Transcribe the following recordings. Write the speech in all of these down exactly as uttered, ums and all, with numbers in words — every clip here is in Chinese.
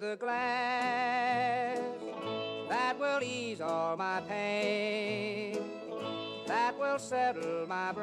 the glass that will ease all my pain, that will settle my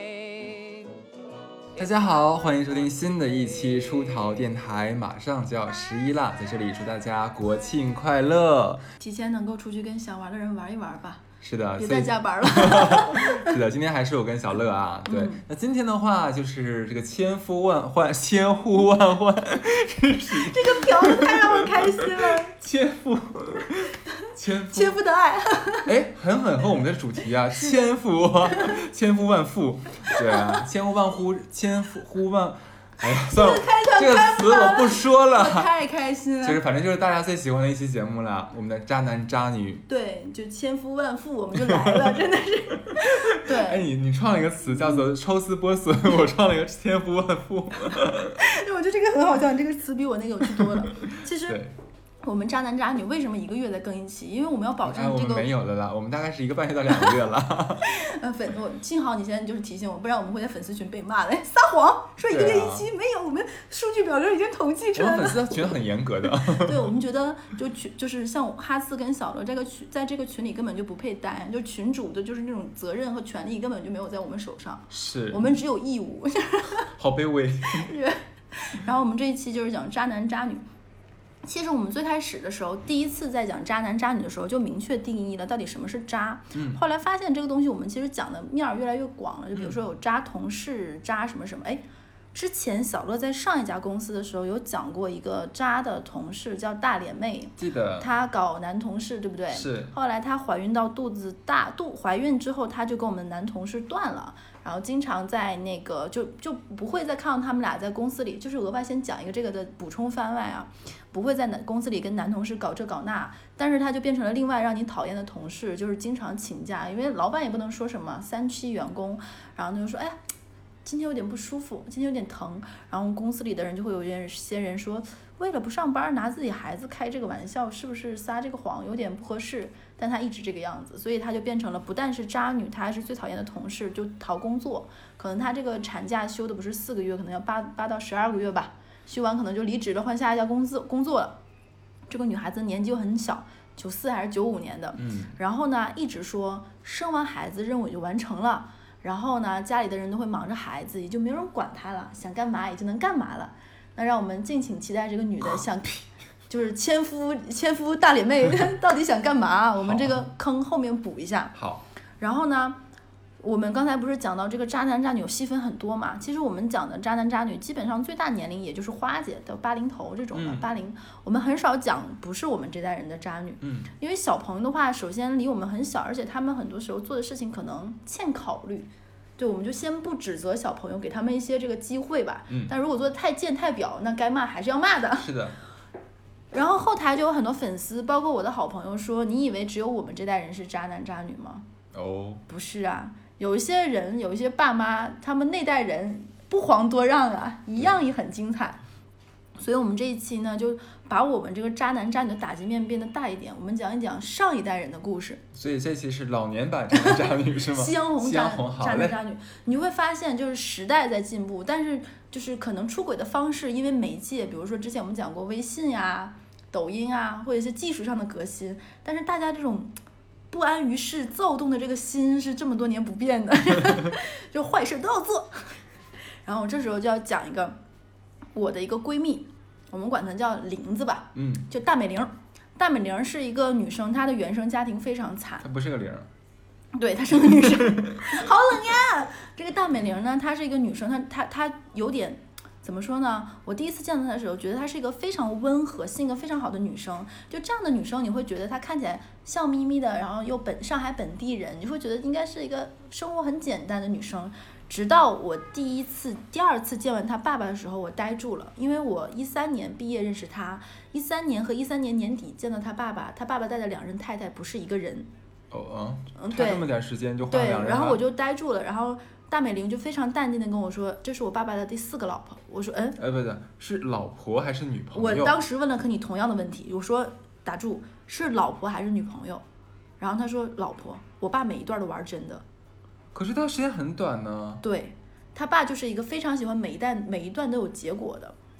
brain。 大家好，欢迎收听新的一期出逃电台，马上就要十一啦，在这里祝大家国庆快乐， 提前能够出去跟想玩的人玩一玩吧。 是的， 别再加班了。 是的，今天还是我跟小乐啊。对、嗯，那今天的话就是这个千呼万唤，千呼万唤， 这个嫖的太让我开心了。 千夫，千夫， 千夫的爱。 哎，很很合我们的主题啊，千夫，千夫万妇，对啊，千呼万呼，千夫呼万。哎呀，算了，这个词我不说了。 我太开心了。 就是反正就是大家最喜欢的一期节目了，我们的渣男渣女。 对，就千夫万妇，我们就来了，真的是。对。 哎，你你创了一个词叫做抽丝剥笋，我创了一个千夫万妇。 对，我觉得这个很好笑，这个词比我那个有趣多了。其实。我们渣男渣女为什么一个月才更一期？因为我们要保证这个。 哎、我们没有的啦，我们大概是一个半月到两个月了。 呃，粉我幸好你现在就是提醒我，不然我们会在粉丝群被骂的。撒谎说一个月一期、啊、没有，我们数据表中已经统计出来了。 我们粉丝群很严格的。 对，我们觉得就群就是像哈斯跟小乐这个群，在这个群里根本就不配待，就群主的就是那种责任和权利根本就没有在我们手上， 是我们只有义务。 好卑微。 然后我们这一期就是讲渣男渣女。其实我们最开始的时候，第一次在讲渣男渣女的时候，就明确定义了到底什么是渣。 嗯。 后来发现这个东西我们其实讲的面儿越来越广了，就比如说有渣同事、渣什么什么。哎，之前小乐在上一家公司的时候有讲过一个渣的同事叫大脸妹， 记得。 她搞男同事，对不对？ 是。 后来她怀孕到肚子大，肚怀孕之后，她就跟我们男同事断了。然后经常在那个就就不会再看到他们俩在公司里，就是额外先讲一个这个的补充番外啊，不会在男公司里跟男同事搞这搞那，但是他就变成了另外让你讨厌的同事，就是经常请假，因为老板也不能说什么，三期员工，然后他就说，哎，今天有点不舒服，今天有点疼，然后公司里的人就会有一些人说，为了不上班拿自己孩子开这个玩笑，是不是撒这个谎有点不合适？但他一直这个样子，所以他就变成了不但是渣女，他还是最讨厌的同事，就逃工作。可能他这个产假休的不是四个月，可能要八八到十二个月吧，休完可能就离职了，换下一家公司工作了。这个女孩子年纪又很小，九四还是九五年的， 嗯， 然后呢一直说生完孩子任务也就完成了，然后呢家里的人都会忙着孩子，也就没有人管她了，想干嘛也就能干嘛了。那让我们敬请期待这个女的想。就是千夫千夫大脸妹到底想干嘛？我们这个坑后面补一下。 好。 然后呢，我们刚才不是讲到这个渣男渣女有细分很多嘛？其实我们讲的渣男渣女基本上最大年龄也就是花姐的八零头这种的，八零、嗯，我们很少讲不是我们这代人的渣女。 嗯。 因为小朋友的话，首先离我们很小，而且他们很多时候做的事情可能欠考虑。对，我们就先不指责小朋友，给他们一些这个机会吧。 嗯。 但如果做的太贱太婊，那该骂还是要骂的。 是的。 然后后台就有很多粉丝，包括我的好朋友说，你以为只有我们这代人是渣男渣女吗？ 哦， 不是啊，有一些人，有一些爸妈，他们那代人不遑多让啊，一样也很精彩。所以我们这一期呢，就把我们这个渣男渣女的打击面变得大一点，我们讲一讲上一代人的故事。 所以这期是老年版渣男渣女是吗？ 夕阳红渣渣男渣女，你会发现就是时代在进步，但是就是可能出轨的方式，因为媒介，比如说之前我们讲过微信呀、抖音啊，或者一些技术上的革新，但是大家这种不安于世、躁动的这个心是这么多年不变的，就坏事都要做。然后这时候就要讲一个我的一个闺蜜，我们管她叫玲子吧， 嗯， 就大美玲。大美玲是一个女生，她的原生家庭非常惨， 她不是个零， 对，她是个女生，好冷呀。这个大美玲呢，她是一个女生，她她她有点。怎么说呢？我第一次见到她的时候，觉得她是一个非常温和、性格非常好的女生。就这样的女生，你会觉得她看起来笑眯眯的，然后又本上海本地人，你会觉得应该是一个生活很简单的女生。直到我第一次、第二次见完她爸爸的时候，我呆住了，因为我一三年毕业认识她，一三年和一三年年底见到她爸爸，她爸爸带的两任太太不是一个人。 哦嗯， 差这么点时间就换两人了。 对，然后我就呆住了，然后。大美玲就非常淡定的跟我说，这是我爸爸的第四个老婆。我说嗯， 哎，不是，是老婆还是女朋友？ 我当时问了和你同样的问题，我说打住，是老婆还是女朋友？然后他说老婆。我爸每一段都玩真的。 可是他时间很短呢。 对，他爸就是一个非常喜欢每一段每一段都有结果的。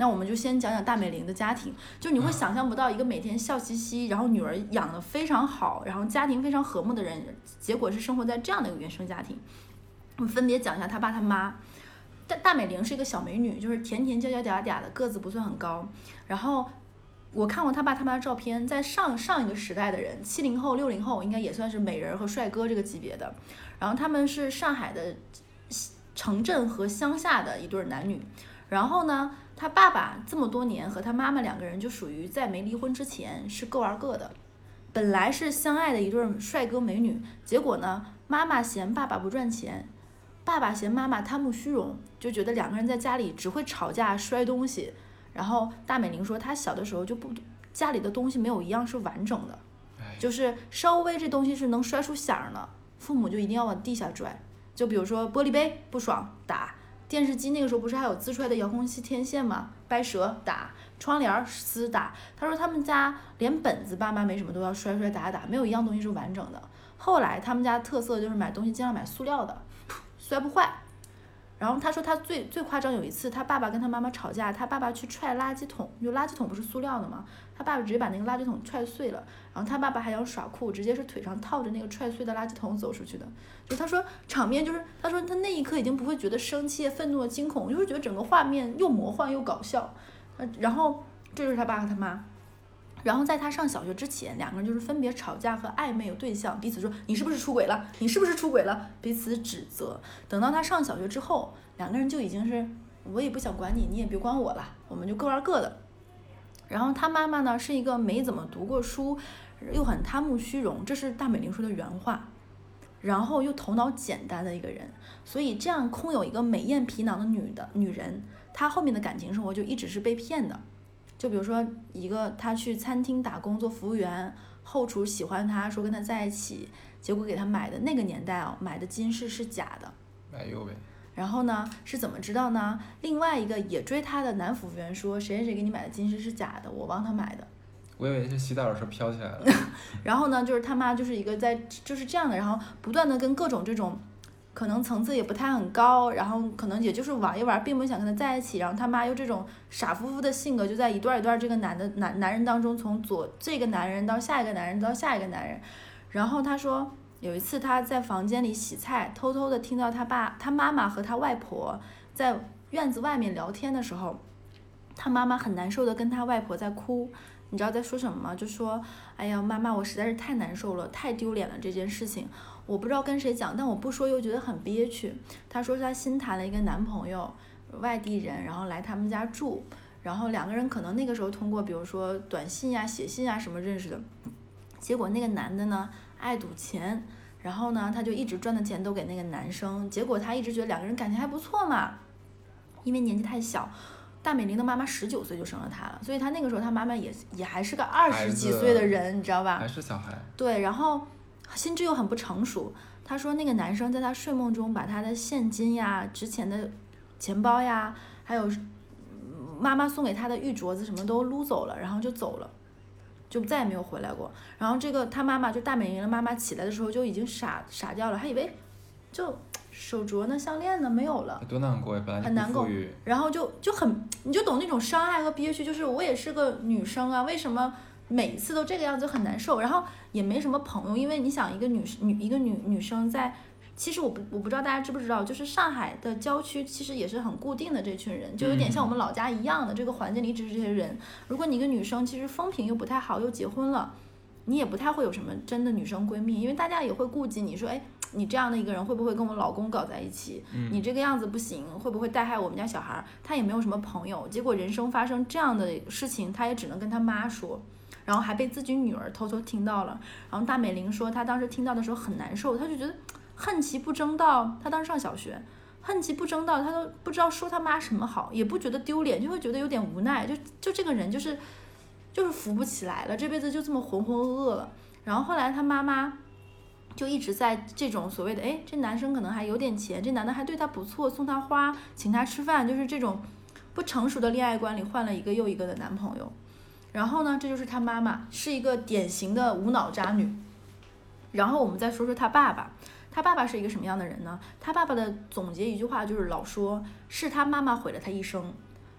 那我们就先讲讲大美玲的家庭，就你会想象不到一个每天笑嘻嘻，然后女儿养得非常好，然后家庭非常和睦的人，结果是生活在这样的一个原生家庭。我们分别讲一下他爸他妈。大大美玲是一个小美女，就是甜甜娇娇嗲嗲的，个子不算很高。然后我看过他爸他妈的照片，在上上一个时代的人，七零后、六零后应该也算是美人和帅哥这个级别的。然后他们是上海的城镇和乡下的一对男女。然后呢，他爸爸这么多年和他妈妈两个人就属于在没离婚之前是各玩各的。本来是相爱的一对帅哥美女，结果呢，妈妈嫌爸爸不赚钱，爸爸嫌妈妈贪慕虚荣，就觉得两个人在家里只会吵架摔东西。然后大美玲说她小的时候就不家里的东西没有一样是完整的，就是稍微这东西是能摔出响的，父母就一定要往地下拽。就比如说玻璃杯不爽打，电视机那个时候不是还有自摔的遥控器天线吗？掰折打，窗帘撕打。他说他们家连本子爸妈没什么都要摔摔打打，没有一样东西是完整的。后来他们家特色就是买东西尽量买塑料的，摔不坏。然后他说他最最夸张有一次，他爸爸跟他妈妈吵架，他爸爸去踹垃圾桶，就垃圾桶不是塑料的吗？他爸爸直接把那个垃圾桶踹碎了，然后他爸爸还想耍酷，直接是腿上套着那个踹碎的垃圾桶走出去的。就他说场面就是，他说他那一刻已经不会觉得生气、愤怒、惊恐，就是觉得整个画面又魔幻又搞笑。然后这就是他爸和他妈。然后在他上小学之前，两个人就是分别吵架和暧昧有对象，彼此说你是不是出轨了，你是不是出轨了，彼此指责。等到他上小学之后，两个人就已经是我也不想管你，你也别管我了，我们就各玩各的。然后他妈妈呢是一个没怎么读过书，又很贪慕虚荣，这是大美玲说的原话。然后又头脑简单的一个人，所以这样空有一个美艳皮囊的女的女人，她后面的感情生活就一直是被骗的。就比如说一个他去餐厅打工做服务员，后厨喜欢他说跟他在一起，结果给他买的那个年代啊，买的金饰是假的。 哎呦喂！ 然后呢是怎么知道呢？另外一个也追他的男服务员说谁谁谁给你买的金饰是假的，我帮他买的。 我以为是洗澡的时候飘起来了。 然后呢就是他妈就是一个在就是这样的，然后不断的跟各种这种可能层次也不太很高，然后可能也就是玩一玩，并不想跟他在一起。然后他妈又这种傻乎乎的性格，就在一段一段这个男的男男人当中，从左这个男人到下一个男人到下一个男人。然后他说有一次他在房间里洗菜，偷偷的听到他爸他妈妈和他外婆在院子外面聊天的时候，他妈妈很难受的跟他外婆在哭。你知道在说什么吗？就说哎呀妈妈，我实在是太难受了，太丢脸了这件事情，我不知道跟谁讲，但我不说又觉得很憋屈。她说她新谈了一个男朋友，外地人，然后来他们家住，然后两个人可能那个时候通过比如说短信呀、写信呀什么认识的。结果那个男的呢爱赌钱，然后呢他就一直赚的钱都给那个男生，结果他一直觉得两个人感情还不错嘛，因为年纪太小。大美玲的妈妈十九岁就生了她了，所以她那个时候她妈妈也也还是个二十几岁的人，你知道吧？ 还是小孩。 对，然后心智又很不成熟。她说那个男生在她睡梦中把她的现金呀、值钱的钱包呀，还有妈妈送给她的玉镯子什么都撸走了，然后就走了，就再也没有回来过。然后这个她妈妈就大美玲的妈妈起来的时候就已经傻傻掉了，还以为就。手镯呢，项链呢，没有了， 多难过呀！本来很难过，然后就就很，你就懂那种伤害和憋屈。就是我也是个女生啊，为什么每次都这个样子，很难受。然后也没什么朋友，因为你想，一个女女一个女女生在，其实我不我不知道大家知不知道，就是上海的郊区其实也是很固定的这群人，就有点像我们老家一样的，这个环境里一直是这些人。如果你一个女生其实风评又不太好，又结婚了，你也不太会有什么真的女生闺蜜，因为大家也会顾及你说，哎。你这样的一个人会不会跟我老公搞在一起、嗯、你这个样子不行，会不会带害我们家小孩？他也没有什么朋友，结果人生发生这样的事情，他也只能跟他妈说，然后还被自己女儿偷偷听到了。然后大美玲说她当时听到的时候很难受，她就觉得恨其不争道，她当时上小学，恨其不争道，她都不知道说他妈什么好，也不觉得丢脸，就会觉得有点无奈，就就这个人就是就是扶不起来了，这辈子就这么浑浑噩噩了。然后后来他妈妈就一直在这种所谓的，哎，这男生可能还有点钱，这男的还对他不错，送他花，请他吃饭，就是这种不成熟的恋爱观里换了一个又一个的男朋友。然后呢，这就是他妈妈，是一个典型的无脑渣女。然后我们再说说他爸爸，他爸爸是一个什么样的人呢？他爸爸的总结一句话就是老说，是他妈妈毁了他一生。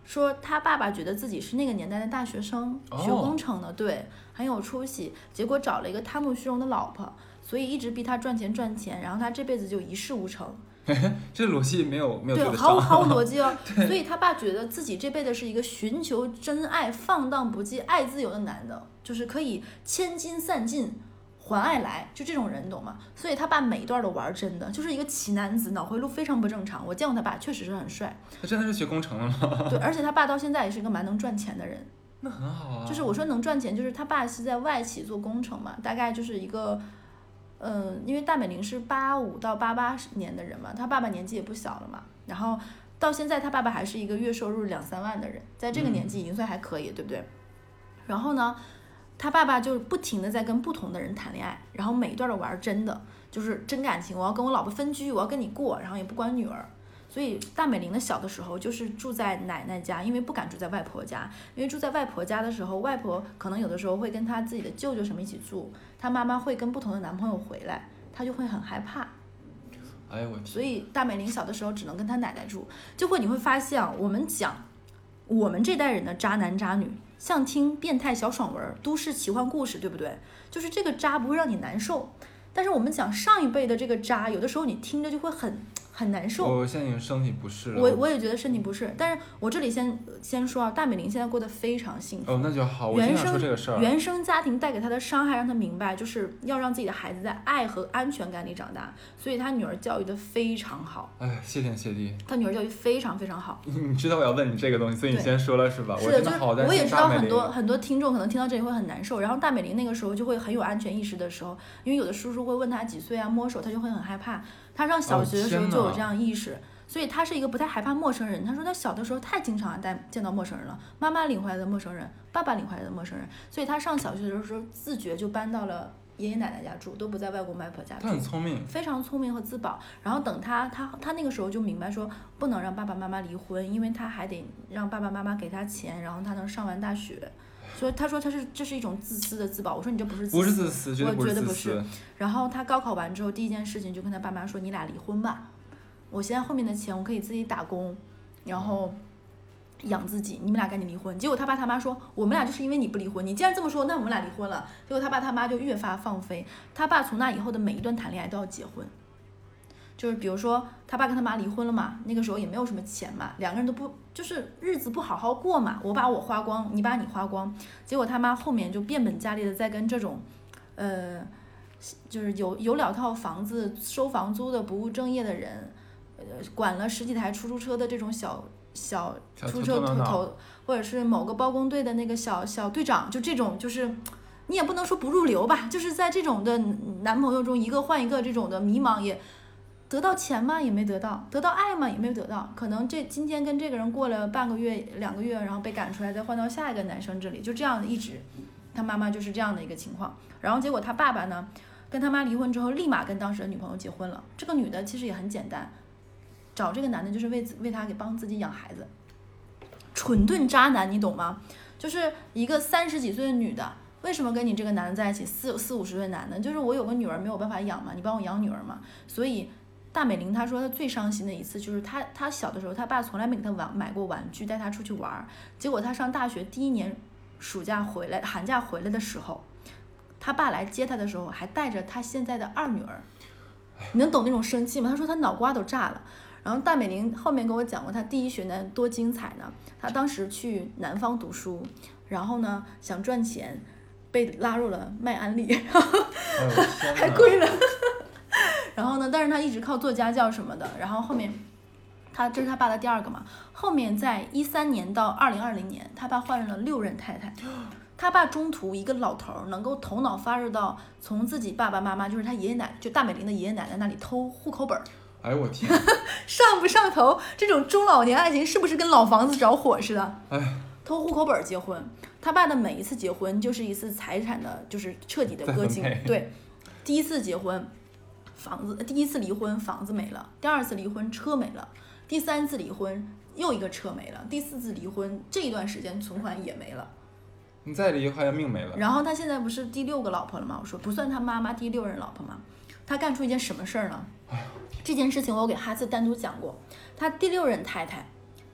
说他爸爸觉得自己是那个年代的大学生，学工程的，对，很有出息，结果找了一个贪慕虚荣的老婆，所以一直逼他赚钱赚钱，然后他这辈子就一事无成。 这逻辑没有没有对对，毫无毫无逻辑哦。所以他爸觉得自己这辈子是一个寻求真爱、放荡不羁、爱自由的男的，就是可以千金散尽还爱来，就这种人，懂吗？所以他爸每一段都玩真的，就是一个奇男子，脑回路非常不正常。我见过他爸，确实是很帅。 他真的是学工程的吗？ 对，而且他爸到现在也是一个蛮能赚钱的人。 那很好啊。 就是我说能赚钱，就是他爸是在外企做工程嘛，大概就是一个。嗯，因为大美玲是八五到八八年的人嘛，他爸爸年纪也不小了嘛，然后到现在他爸爸还是一个月收入两三万的人，在这个年纪已经算还可以，嗯、对不对？然后呢，他爸爸就不停的在跟不同的人谈恋爱，然后每一段都玩真的，就是真感情，我要跟我老婆分居，我要跟你过，然后也不管女儿。所以大美玲的小的时候就是住在奶奶家，因为不敢住在外婆家，因为住在外婆家的时候，外婆可能有的时候会跟她自己的舅舅什么一起住，她妈妈会跟不同的男朋友回来，她就会很害怕。 哎呦我天！ 所以大美玲小的时候只能跟她奶奶住，就会你会发现，我们讲我们这代人的渣男渣女，像听变态小爽文、都市奇幻故事，对不对？就是这个渣不会让你难受，但是我们讲上一辈的这个渣，有的时候你听着就会很。很难受， 我现在已经身体不适了。 我我也觉得身体不适，但是我这里先先说啊，大美玲现在过得非常幸福。 哦，那就好。我经常说这个事儿。 原生家庭带给她的伤害，让她明白，就是要让自己的孩子在爱和安全感里长大，所以她女儿教育的非常好。 哎，谢天谢地。 她女儿教育非常非常好。 你知道我要问你这个东西，所以你先说了是吧？ 是的，就是我也知道很多很多听众可能听到这里会很难受，然后大美玲那个时候就会很有安全意识的时候，因为有的叔叔会问她几岁啊，摸手，她就会很害怕。他上小学的时候就有这样意识，哦、所以他是一个不太害怕陌生人。他说他小的时候太经常带见到陌生人了，妈妈领回来的陌生人，爸爸领回来的陌生人，所以他上小学的时候自觉就搬到了爷爷奶奶家住，都不在外公外婆家住。 他很聪明， 非常聪明和自保。然后等他他他那个时候就明白说，不能让爸爸妈妈离婚，因为他还得让爸爸妈妈给他钱，然后他能上完大学。所以他说他是这是一种自私的自保，我说你这不是自私， 不是自私，绝对不是自私。 我觉得不是。然后他高考完之后第一件事情就跟他爸妈说，你俩离婚吧，我现在后面的钱我可以自己打工，然后养自己，你们俩赶紧离婚。结果他爸他妈说，我们俩就是因为你不离婚，你既然这么说，那我们俩离婚了。结果他爸他妈就越发放飞，他爸从那以后的每一段谈恋爱都要结婚。就是比如说他爸跟他妈离婚了嘛，那个时候也没有什么钱嘛，两个人都不就是日子不好好过嘛，我把我花光，你把你花光，结果他妈后面就变本加厉的在跟这种呃就是有有两套房子收房租的不务正业的人，呃管了十几台出租车的这种小小出租车头头，或者是某个包工队的那个小小队长，就这种就是你也不能说不入流吧，就是在这种的男朋友中一个换一个，这种的迷茫，也得到钱吗？也没得到，得到爱吗？也没有得到。可能这今天跟这个人过了半个月、两个月，然后被赶出来，再换到下一个男生这里，就这样一直，他妈妈就是这样的一个情况。然后结果他爸爸呢，跟他妈离婚之后，立马跟当时的女朋友结婚了。这个女的其实也很简单，找这个男的就是为为他给帮自己养孩子，蠢钝渣男，你懂吗？就是一个三十几岁的女的。为什么跟你这个男的在一起？四四五十岁男的，就是我有个女儿没有办法养嘛，你帮我养女儿嘛。所以大美玲她说她最伤心的一次就是她她小的时候，她爸从来没给她玩买过玩具，带她出去玩。结果她上大学第一年暑假回来，寒假回来的时候，她爸来接她的时候，还带着她现在的二女儿。你能懂那种生气吗？她说她脑瓜都炸了。然后大美玲后面跟我讲过，她第一学年多精彩呢。她当时去南方读书，然后呢想赚钱。被拉入了卖安利，然后还亏了。然后呢，但是他一直靠做家教什么的。然后后面，他这是他爸的第二个嘛。后面在一三年到二零二零年，他爸换了六任太太。他爸中途一个老头能够头脑发热到从自己爸爸妈妈，就是他爷爷奶，就大美玲的爷爷奶奶那里偷户口本。 哎呦我天！ 上不上头？这种中老年爱情是不是跟老房子着火似的？ 哎。 偷户口本结婚，他爸的每一次结婚就是一次财产的，就是彻底的割尽。对，第一次结婚，房子；第一次离婚，房子没了；第二次离婚，车没了；第三次离婚，又一个车没了；第四次离婚，这一段时间存款也没了。 你再离，好像命没了。 然后他现在不是第六个老婆了吗？我说不算他妈妈第六任老婆吗？他干出一件什么事儿呢？这件事情我给哈斯单独讲过。他第六任太太。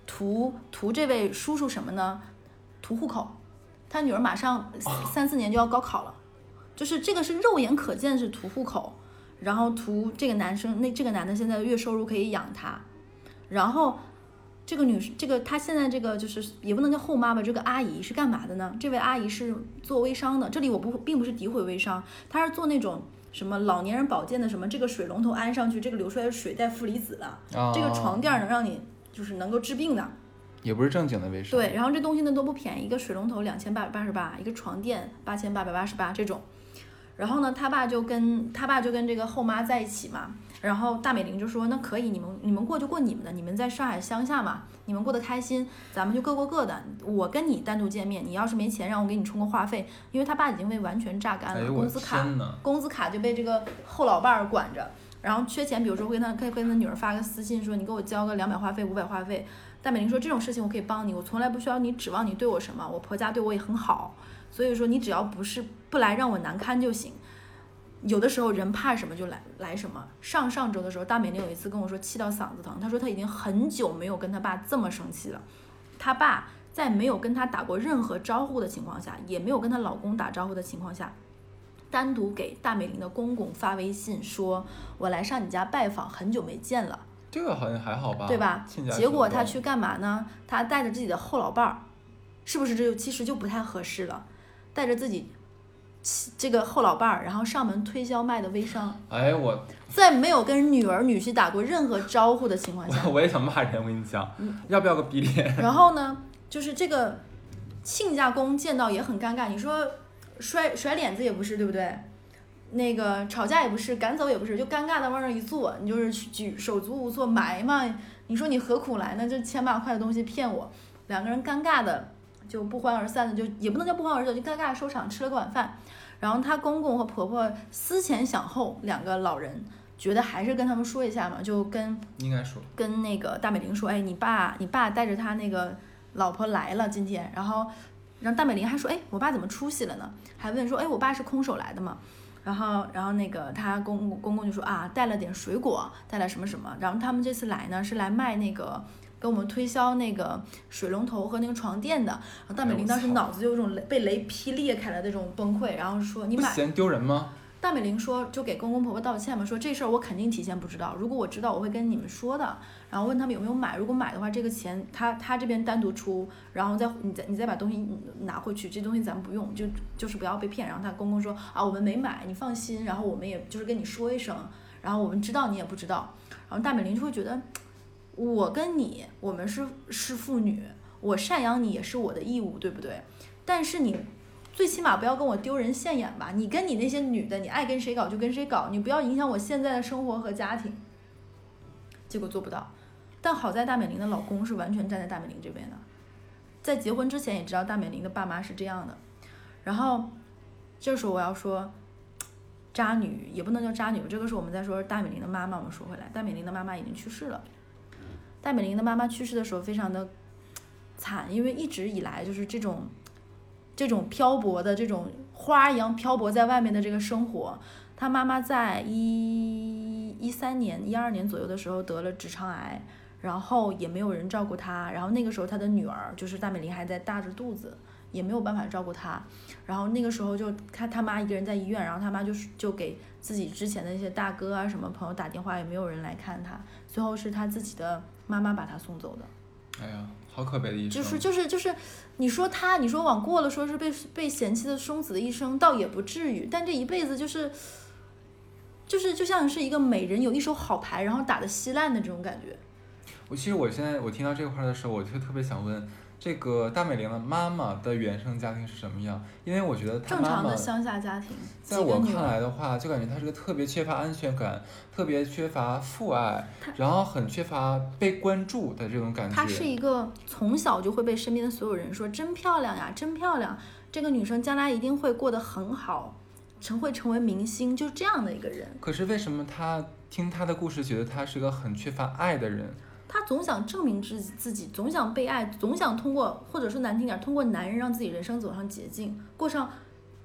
图图这位叔叔什么呢？图户口，他女儿马上三四年就要高考了，就是这个是肉眼可见是图户口，然后图这个男生，那这个男的现在月收入可以养他，然后。这个女，这个她现在这个就是也不能叫后妈吧，这个阿姨是干嘛的呢？这位阿姨是做微商的，这里我不并不是诋毁微商，她是做那种什么老年人保健的，什么这个水龙头安上去，这个流出来的水带负离子的，哦、这个床垫能让你就是能够治病的， 也不是正经的微商。 对，然后这东西呢都不便宜，一个水龙头两千八百八十八，一个床垫八千八百八十八这种。然后呢，他爸就跟他爸就跟这个后妈在一起嘛。然后大美玲就说：“那可以，你们你们过就过你们的，你们在上海乡下嘛，你们过得开心，咱们就各过各的。我跟你单独见面，你要是没钱，让我给你充个话费，因为他爸已经被完全榨干了， 哎、 工资卡工资卡就被这个后老伴儿管着，然后缺钱，比如说会跟他可以跟他女儿发个私信说你给我交个两百话费、五百话费。大美玲说这种事情我可以帮你，我从来不需要你指望你对我什么，我婆家对我也很好，所以说你只要不是不来让我难堪就行。”有的时候人怕什么就来来什么。上上周的时候，大美玲有一次跟我说气到嗓子疼，她说她已经很久没有跟她爸这么生气了。她爸在没有跟她打过任何招呼的情况下，也没有跟她老公打招呼的情况下，单独给大美玲的公公发微信说：“我来上你家拜访，很久没见了。” 这个好像还好吧， 对吧？结果他去干嘛呢？他带着自己的后老伴儿，是不是这就其实就不太合适了？带着自己。这个后老伴儿，然后上门推销卖的微商， 哎我， 在没有跟女儿女婿打过任何招呼的情况下， 我, 我也想骂人，我跟你讲，嗯、要不要个逼脸？ 然后呢，就是这个亲家公见到也很尴尬，你说甩甩脸子也不是，对不对？那个吵架也不是，赶走也不是，就尴尬的往那一坐，你就是举手足无措埋嘛。你说你何苦来呢？这千把块的东西骗我，两个人尴尬的。就不欢而散的，就也不能叫不欢而散，就尴尬收场，吃了个晚饭。然后她公公和婆婆思前想后，两个老人觉得还是跟他们说一下嘛，就跟应该说跟那个大美玲说，哎，你爸你爸带着他那个老婆来了今天，然后然后大美玲还说，哎，我爸怎么出息了呢？还问说，哎，我爸是空手来的嘛？然后然后那个他公公公就说啊，带了点水果，带了什么什么。然后他们这次来呢是来卖那个。跟我们推销那个水龙头和那个床垫的，然后大美玲当时脑子就有种雷被雷劈裂开了那种崩溃，然后说你买不嫌丢人吗？ 大美玲说就给公公婆婆道歉嘛，说这事儿我肯定提前不知道，如果我知道我会跟你们说的，然后问他们有没有买，如果买的话这个钱他他这边单独出，然后再你再你再把东西拿回去，这东西咱们不用，就就是不要被骗。然后他公公说啊我们没买，你放心，然后我们也就是跟你说一声，然后我们知道你也不知道，然后大美玲就会觉得。我跟你，我们是是父女，我赡养你也是我的义务，对不对？但是你最起码不要跟我丢人现眼吧？你跟你那些女的，你爱跟谁搞就跟谁搞，你不要影响我现在的生活和家庭。结果做不到，但好在大美玲的老公是完全站在大美玲这边的，在结婚之前也知道大美玲的爸妈是这样的。然后这时候我要说，渣女也不能叫渣女，这个是我们在说大美玲的妈妈。我们说回来，大美玲的妈妈已经去世了。大美玲的妈妈去世的时候非常的惨，因为一直以来就是这种这种漂泊的这种花一样漂泊在外面的这个生活。她妈妈在一一三年一二年左右的时候得了直肠癌，然后也没有人照顾她，然后那个时候她的女儿就是大美玲还在大着肚子，也没有办法照顾她，然后那个时候就看她妈一个人在医院，然后她妈就就给自己之前的一些大哥啊什么朋友打电话，也没有人来看她，最后是她自己的妈妈把她送走的。 哎呀，好可悲的一生。 就是就是就是，你说她，你说往过了说是被被嫌弃的松子的一生，倒也不至于，但这一辈子就是，就是就像是一个美人有一手好牌，然后打得稀烂的这种感觉。 我其实我现在我听到这块的时候，我就特别想问。这个大美玲的妈妈的原生家庭是什么样？因为我觉得她妈妈正常的乡下家庭， 在我看来的话，就感觉她是个特别缺乏安全感、特别缺乏父爱，然后很缺乏被关注的这种感觉。 她是一个从小就会被身边的所有人说真漂亮呀，真漂亮，这个女生将来一定会过得很好，成会成为明星，就这样的一个人。 可是为什么她听她的故事，觉得她是个很缺乏爱的人？ 她总想证明自己，自己总想被爱，总想通过，或者说难听点，通过男人让自己人生走上捷径，过上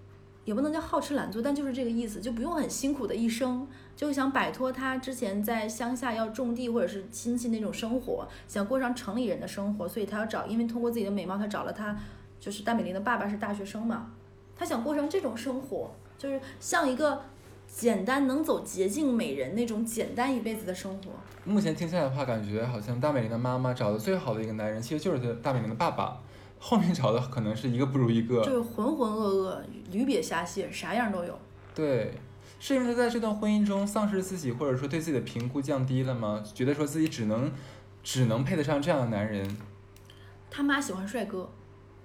也不能叫好吃懒做，但就是这个意思，就不用很辛苦的一生，就想摆脱他之前在乡下要种地或者是亲戚那种生活，想过上城里人的生活，所以他要找，因为通过自己的美貌，他找了他就是大美玲的爸爸是大学生嘛，他想过上这种生活，就是像一个简单能走捷径美人那种简单一辈子的生活。 目前听下来的话，感觉好像大美玲的妈妈找的最好的一个男人，其实就是大美玲的爸爸。后面找的可能是一个不如一个， 就是浑浑噩噩、驴瘪瞎蟹，啥样都有。 对，是因为他在这段婚姻中丧失自己，或者说对自己的评估降低了吗？觉得说自己只能只能配得上这样的男人。 他妈喜欢帅哥，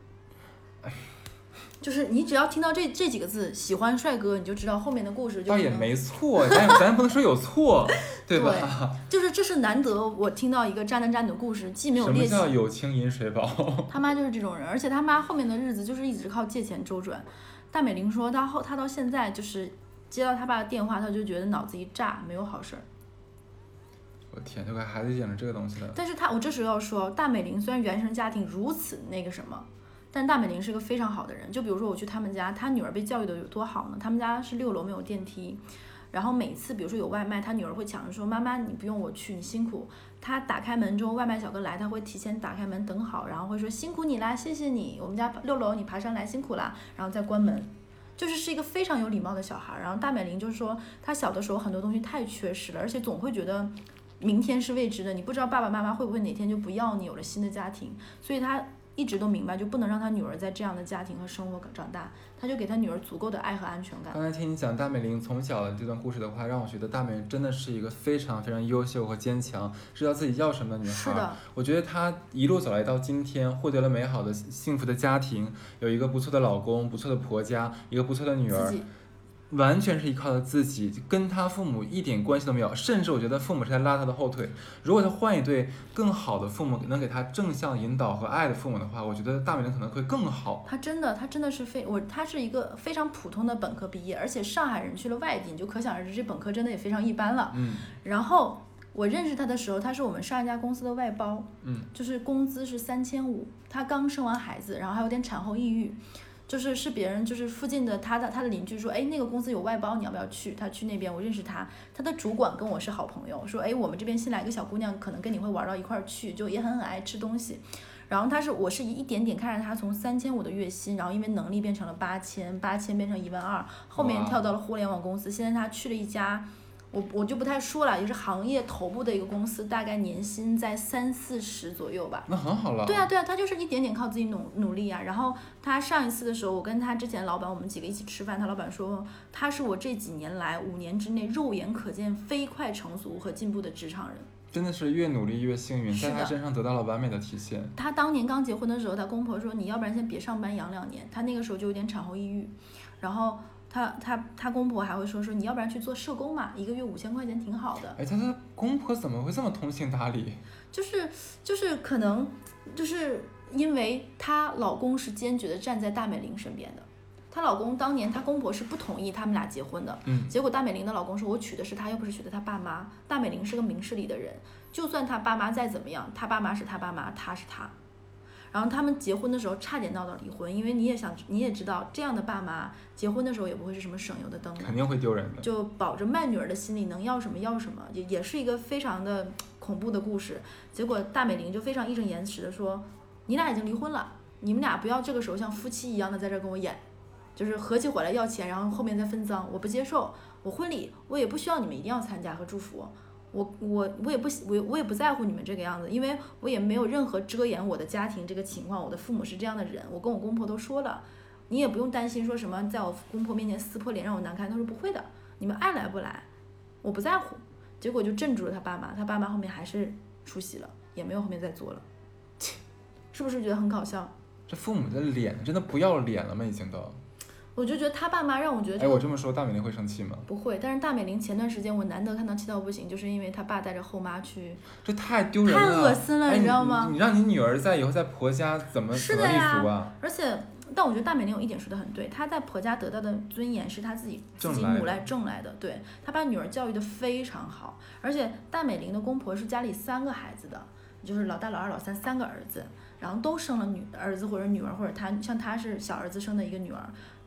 就是你只要听到这这几个字，喜欢帅哥，你就知道后面的故事就。 倒也没错，咱咱不能说有错，对吧？ 对，就是这是难得我听到一个渣男渣女的故事，既没有猎奇。 什么叫有情饮水饱？ 他妈就是这种人，而且他妈后面的日子就是一直靠借钱周转。大美玲说，他后他到现在就是接到他爸的电话，他就觉得脑子一炸，没有好事儿。 我天，就给孩子讲了这个东西了。 但是他，我这时候要说，大美玲虽然原生家庭如此那个什么。但大美玲是个非常好的人，就比如说我去他们家，他女儿被教育的有多好呢？他们家是六楼没有电梯，然后每次比如说有外卖，他女儿会抢着说妈妈你不用我去，你辛苦。他打开门之后，外卖小哥来，他会提前打开门等好，然后会说辛苦你啦，谢谢你，我们家六楼你爬上来辛苦啦，然后再关门，就是是一个非常有礼貌的小孩。然后大美玲就是说，他小的时候很多东西太缺失了，而且总会觉得明天是未知的，你不知道爸爸妈妈会不会哪天就不要你，有了新的家庭，所以他一直都明白，就不能让他女儿在这样的家庭和生活长大，他就给他女儿足够的爱和安全感。 刚才听你讲大美玲从小的这段故事的话，让我觉得大美玲真的是一个非常非常优秀和坚强，知道自己要什么的女孩。 是的， 我觉得她一路走来到今天，获得了美好的幸福的家庭，有一个不错的老公，不错的婆家，一个不错的女儿。完全是依靠他自己，跟他父母一点关系都没有，甚至我觉得父母是在拉他的后腿。如果他换一对更好的父母，能给他正向引导和爱的父母的话，我觉得大美玲可能会更好。 他真的，他真的是非我，他是一个非常普通的本科毕业，而且上海人去了外地，你就可想而知这本科真的也非常一般了。 嗯。 然后我认识他的时候，他是我们上一家公司的外包， 嗯， 就是工资是三千五，他刚生完孩子，然后还有点产后抑郁。就是是别人，就是附近的他的他的邻居说，哎，那个公司有外包，你要不要去？他去那边，我认识他，他的主管跟我是好朋友，说，哎，我们这边新来个小姑娘，可能跟你会玩到一块儿去，就也很爱吃东西。然后他是，我是一点点看着他从三千五的月薪，然后因为能力变成了八千，八千变成一万二，后面跳到了互联网公司，现在他去了一家。我我就不太说了，也是行业头部的一个公司，大概年薪在三四十左右吧。 那很好了。 对啊对啊，他就是一点点靠自己努努力啊。然后他上一次的时候，我跟他之前老板，我们几个一起吃饭，他老板说他是我这几年来五年之内肉眼可见飞快成熟和进步的职场人。 真的是越努力越幸运，在他身上得到了完美的体现。 他当年刚结婚的时候，他公婆说你要不然先别上班养两年，他那个时候就有点产后抑郁，然后。他他他公婆还会说说你要不然去做社工嘛，一个月五千块钱挺好的。 哎，他的公婆怎么会这么通情达理？ 就是就是可能就是因为她老公是坚决的站在大美玲身边的。她老公当年她公婆是不同意他们俩结婚的， 嗯， 结果大美玲的老公说我娶的是他，又不是娶的他爸妈。大美玲是个明事理的人，就算他爸妈再怎么样，他爸妈是他爸妈，他是他。然后他们结婚的时候差点闹到离婚，因为你也想你也知道，这样的爸妈结婚的时候也不会是什么省油的灯， 肯定会丢人的。 就保着卖女儿的心里能要什么要什么，也也是一个非常的恐怖的故事。结果大美玲就非常义正言辞的说，你俩已经离婚了，你们俩不要这个时候像夫妻一样的在这跟我演，就是合起伙来要钱，然后后面再分赃，我不接受。我婚礼我也不需要你们一定要参加和祝福。我我我也不我我也不在乎你们这个样子，因为我也没有任何遮掩我的家庭这个情况，我的父母是这样的人，我跟我公婆都说了，你也不用担心说什么在我公婆面前撕破脸让我难看。他说不会的，你们爱来不来我不在乎。结果就镇住了他爸妈，他爸妈后面还是出席了，也没有后面再做了。是不是觉得很搞笑？ 这父母的脸真的不要脸了吗？已经都。 我就觉得他爸妈让我觉得、这个， 哎，我这么说大美玲会生气吗？ 不会，但是大美玲前段时间我难得看到气到不行，就是因为他爸带着后妈去， 这太丢人了， 太恶心了， 哎、 你知道吗？ 你, 你让你女儿在以后在婆家怎么怎么立足啊？ 而且，但我觉得大美玲有一点说的很对，她在婆家得到的尊严是她自己自己努来挣来的，对，她把女儿教育的非常好，而且大美玲的公婆是家里三个孩子的，就是老大、老二、老三三个儿子，然后都生了女儿子或者女儿，或者她像她是小儿子生的一个女儿。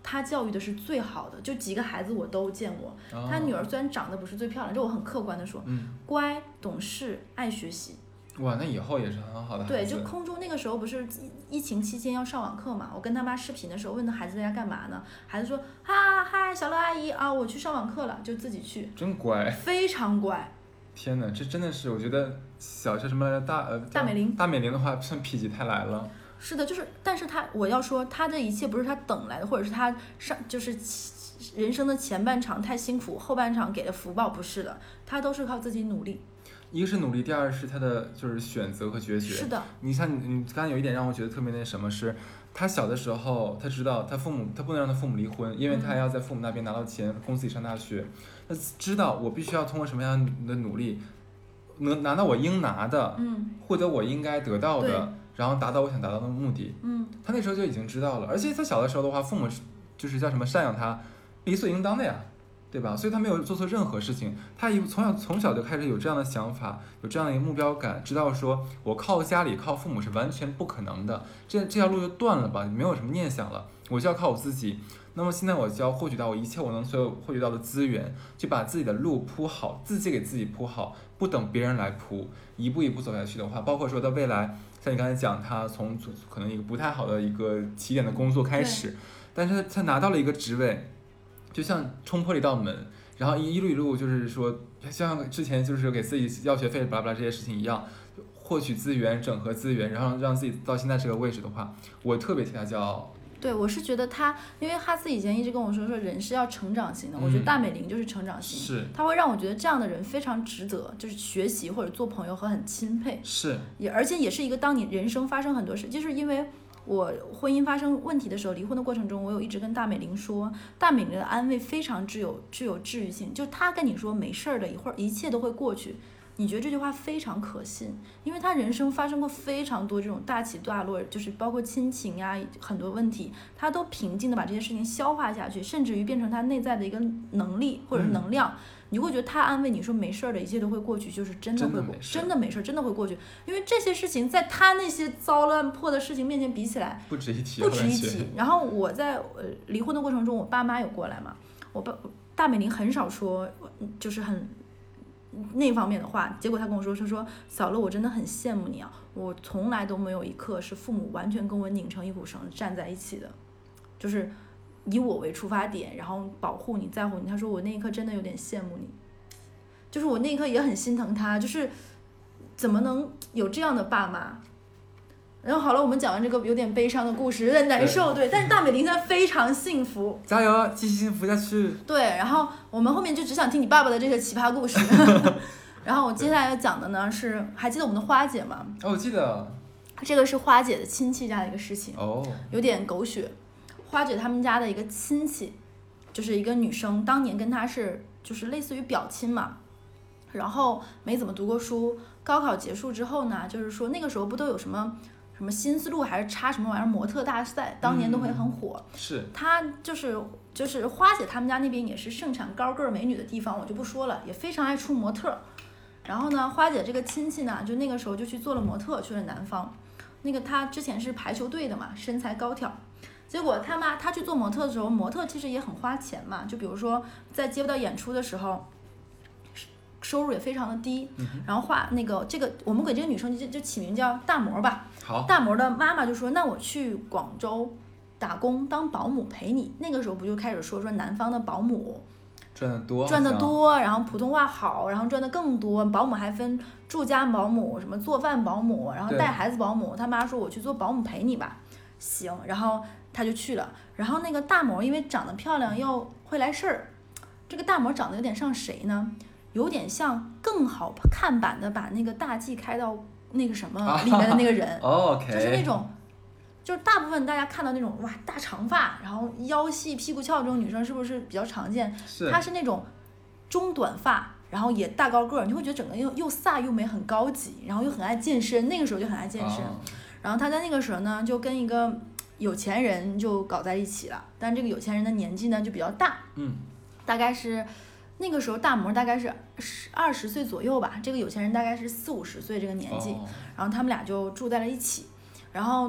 他教育的是最好的，就几个孩子我都见过。 哦、 他女儿虽然长得不是最漂亮，这我很客观的说， 嗯， 乖、懂事、爱学习。 哇，那以后也是很好的孩子。 对，就空中那个时候不是疫情期间要上网课嘛，我跟他妈视频的时候问他孩子在家干嘛呢，孩子说哈嗨，小乐阿姨啊，我去上网课了，就自己去。 真乖。 非常乖。 天哪，这真的是我觉得小叫什么来着？大呃大美玲。 大美玲的话算否极泰来了。 是的，就是，但是他我要说，他这一切不是他等来的，或者是他上就是人生的前半场太辛苦，后半场给的福报，不是的，他都是靠自己努力。 一个是努力，第二是他的就是选择和决绝。 是的， 你看你你刚才有一点让我觉得特别那什么是，他小的时候他知道他父母他不能让他父母离婚，因为他要在父母那边拿到钱，供自己上大学。他知道我必须要通过什么样的努力，能拿到我应拿的， 嗯， 获得我应该得到的，然后达到我想达到的目的。 嗯， 他那时候就已经知道了，而且他小的时候的话，父母就是叫什么赡养他，理所应当的呀。对吧？所以他没有做错任何事情，他一从小从小就开始有这样的想法，有这样的一个目标感，知道说我靠家里靠父母是完全不可能的，这这条路就断了吧，没有什么念想了，我就要靠我自己。那么现在我就要获取到我一切我能所有获取到的资源，就把自己的路铺好，自己给自己铺好，不等别人来铺，一步一步走下去的话，包括说到未来，像你刚才讲，他从可能一个不太好的一个起点的工作开始，但是他拿到了一个职位。就像冲破了一道门，然后一路一路就是说，像之前就是给自己要学费巴拉巴拉这些事情一样，获取资源、整合资源，然后让自己到现在这个位置的话，我特别替他骄傲。 对，我是觉得他，因为哈斯以前一直跟我说，说人是要成长型的，嗯、我觉得大美玲就是成长型， 是， 他会让我觉得这样的人非常值得，就是学习或者做朋友和很钦佩， 是， 也而且也是一个当你人生发生很多事，就是因为。我婚姻发生问题的时候，离婚的过程中，我有一直跟大美玲说，大美玲的安慰非常具有具有治愈性，就她跟你说没事儿的，一会儿一切都会过去，你觉得这句话非常可信，因为她人生发生过非常多这种大起大落，就是包括亲情啊很多问题，她都平静的把这些事情消化下去，甚至于变成她内在的一个能力或者能量。嗯，你会觉得他安慰你说没事儿的，一切都会过去，就是真的会过，真的没事儿，真的会过去。因为这些事情在他那些糟乱破的事情面前比起来， 不值一提， 不值一提。然后我在呃离婚的过程中，我爸妈有过来嘛，我爸大美玲很少说就是很那方面的话，结果他跟我说，他说小乐，我真的很羡慕你啊，我从来都没有一刻是父母完全跟我拧成一股绳站在一起的，就是以我为出发点，然后保护你在乎你。他说我那一刻真的有点羡慕你，就是我那一刻也很心疼他，就是怎么能有这样的爸妈。然后好了，我们讲完这个有点悲伤的故事，有点难受， 对, 对，但是大美玲她非常幸福， 加油，继续幸福下去。 对，然后我们后面就只想听你爸爸的这些奇葩故事。然后我接下来要讲的呢是，还记得我们的花姐吗？ 哦，我记得。 这个是花姐的亲戚家的一个事情， 哦， 有点狗血。花姐他们家的一个亲戚，就是一个女生，当年跟她是就是类似于表亲嘛，然后没怎么读过书，高考结束之后呢，就是说那个时候不都有什么什么新丝路还是插什么玩意儿模特大赛，当年都会很火。 嗯、是， 她就是就是花姐他们家那边也是盛产高个美女的地方，我就不说了，也非常爱出模特。然后呢，花姐这个亲戚呢，就那个时候就去做了模特，去了南方。那个她之前是排球队的嘛，身材高挑。结果他妈他去做模特的时候，模特其实也很花钱嘛，就比如说在接不到演出的时候，收入也非常的低。 嗯、 然后画那个这个我们给这个女生就就起名叫大模吧。 好。 大模的妈妈就说：“那我去广州打工当保姆陪你。”那个时候不就开始说说南方的保姆赚得多， 赚得多，然后普通话好，然后赚得更多。保姆还分住家保姆、什么做饭保姆，然后带孩子保姆。他妈说：“我去做保姆陪你吧。”行，然后他就去了。然后那个大模因为长得漂亮又会来事儿，这个大模长得有点像谁呢？有点像更好看版的把那个大 G 开到那个什么里面的那个人。 哦、okay. 就是那种，就是大部分大家看到那种哇大长发，然后腰细屁股翘这种女生是不是比较常见？ 是。 她是那种中短发，然后也大高个儿，你会觉得整个又又飒又美，很高级，然后又很爱健身。那个时候就很爱健身。哦，然后他在那个时候呢，就跟一个有钱人就搞在一起了，但这个有钱人的年纪呢就比较大， 嗯， 大概是那个时候大模大概是二十岁左右吧，这个有钱人大概是四五十岁这个年纪， 哦， 然后他们俩就住在了一起，然后